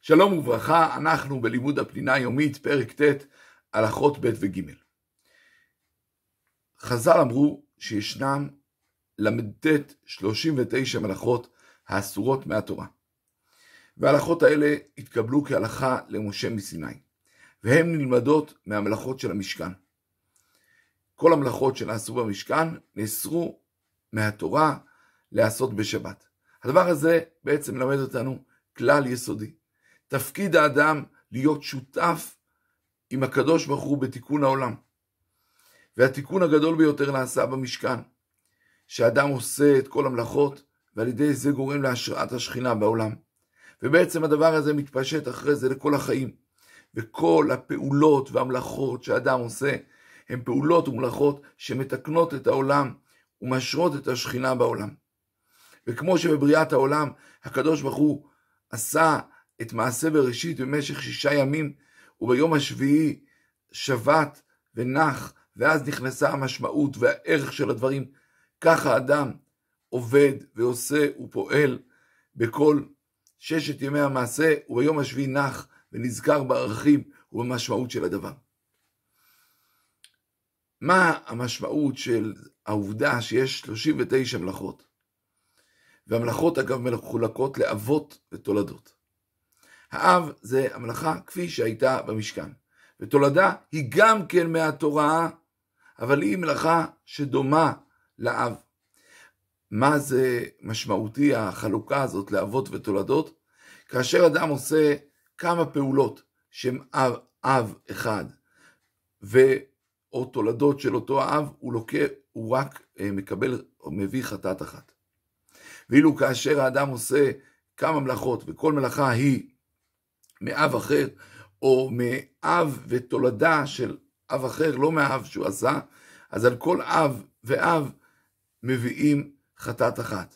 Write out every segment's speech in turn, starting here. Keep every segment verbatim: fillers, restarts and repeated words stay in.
שלום וברכה, אנחנו בלימוד הפנינה היומית, פרק ט', הלכות ב' וג'. חז"ל אמרו שישנם למ"ט שלושים ותשע מלאכות האסורות מהתורה. וההלכות האלה התקבלו כהלכה למשה מסיני, והן נלמדות מהמלאכות של המשכן. כל המלאכות שנעשו במשכן נאסרו מהתורה לעשות בשבת. הדבר הזה בעצם מלמד אותנו כלל יסודי. תפקיד האדם להיות שותף עם הקדוש ברוך הוא בתיקון העולם. והתיקון הגדול ביותר נעשה במשכן, שהאדם עושה את כל המלאכות, ועל ידי זה גורם להשראת השכינה בעולם. ובעצם הדבר הזה מתפשט אחרי זה לכל החיים. וכל הפעולות והמלאכות שהאדם עושה, הן פעולות ומלאכות שמתקנות את העולם ומשרות את השכינה בעולם. וכמו שבבריאת העולם הקדוש ברוך הוא עשה את מעשה בראשית במשך שישה ימים, וביום השביעי שבת ונח, ואז נכנסה המשמעות והערך של הדברים. ככה האדם עובד ועושה ופועל בכל ששת ימי המעשה, וביום השביעי נח ונזכר בערכים ובמשמעות של הדבר. מה המשמעות של העובדה שיש שלושים ותשע מלאכות? והמלאכות אגב מחולקות לאבות ותולדות. האב זה המלאכה כפי שהייתה במשכן, ותולדה היא גם כן מהתורה, אבל היא מלאכה שדומה לאב. מה זה משמעותי החלוקה הזאת לאבות ותולדות? כאשר אדם עושה כמה פעולות שהן אב, אב אחד, או תולדות של אותו אב, הוא, לוקח, הוא רק מקבל או מביא חטאת אחת. ואילו כאשר האדם עושה כמה מלאכות, וכל מלאכה היא מאב אחר, או מאב ותולדה של אב אחר, לא מאב שהוא עשה, אז על כל אב ואב מביאים חטאת אחת.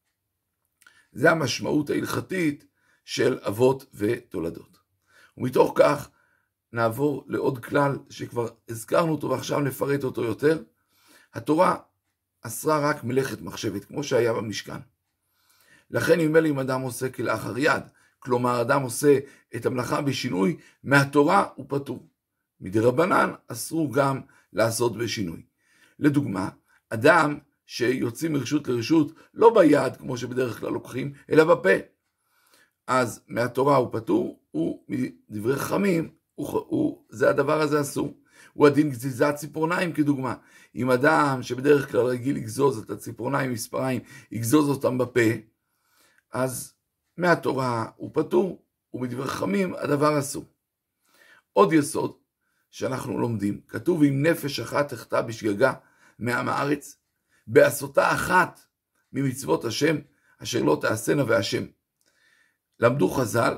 זה המשמעות ההלכתית של אבות ותולדות. ומתוך כך נעבור לעוד כלל שכבר הזכרנו אותו ועכשיו נפרט אותו יותר. התורה אסרה רק מלאכת מחשבת, כמו שהיה במשכן. לכן ממילא אם אדם עושה כלאחר יד, כלומר אדם עושה את המלאכה בשינוי, מהתורה הוא פטור. מדרבנן אסרו גם לעשות בשינוי. לדוגמה, אדם שיוצאים מרשות לרשות, לא ביד כמו שבדרך כלל לוקחים, אלא בפה. אז מהתורה הוא פטור, ומדברי חכמים, הוא, הוא, זה הדבר הזה אסור. הוא הדין גזיזת ציפורניים כדוגמה. אם אדם שבדרך כלל רגיל לגזוז את הציפורניים מספריים, יגזוז אותם בפה, אז מהתורה הוא פטור, ומדברי חכמים הדבר אסור. עוד יסוד שאנחנו לומדים, כתוב אם נפש אחת תחטא בשגגה מעם הארץ, בעשותה אחת ממצוות השם, אשר לא תעשנה והשם. למדו חז"ל,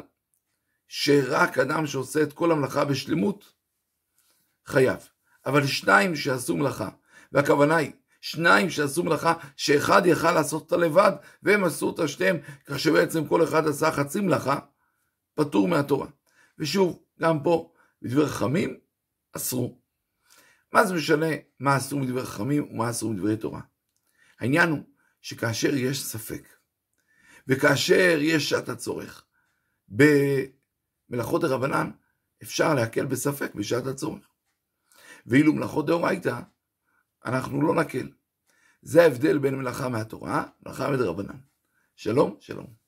שרק אדם שעושה את כל המלאכה בשלמות, חייב. אבל שניים שעשו מלאכה, והכוונה היא, שניים שעשו מלאכה, שאחד יכל לעשות אותה לבד, והם עשו אותה שתיהם, כך שבעצם כל אחד עשה חצי מלאכה, פטור מהתורה. ושוב, גם פה, בדברי חכמים, אסרו. מה זה משנה מה אסור מדברי חכמים ומה אסור מדברי תורה? העניין הוא שכאשר יש ספק, וכאשר יש שעת הצורך, במלאכות דרבנן אפשר להקל בספק בשעת הצורך. ואילו מלאכות דאורייתא, אנחנו לא נקל. זה ההבדל בין מלאכה מהתורה, מלאכה מדרבנן. שלום, שלום.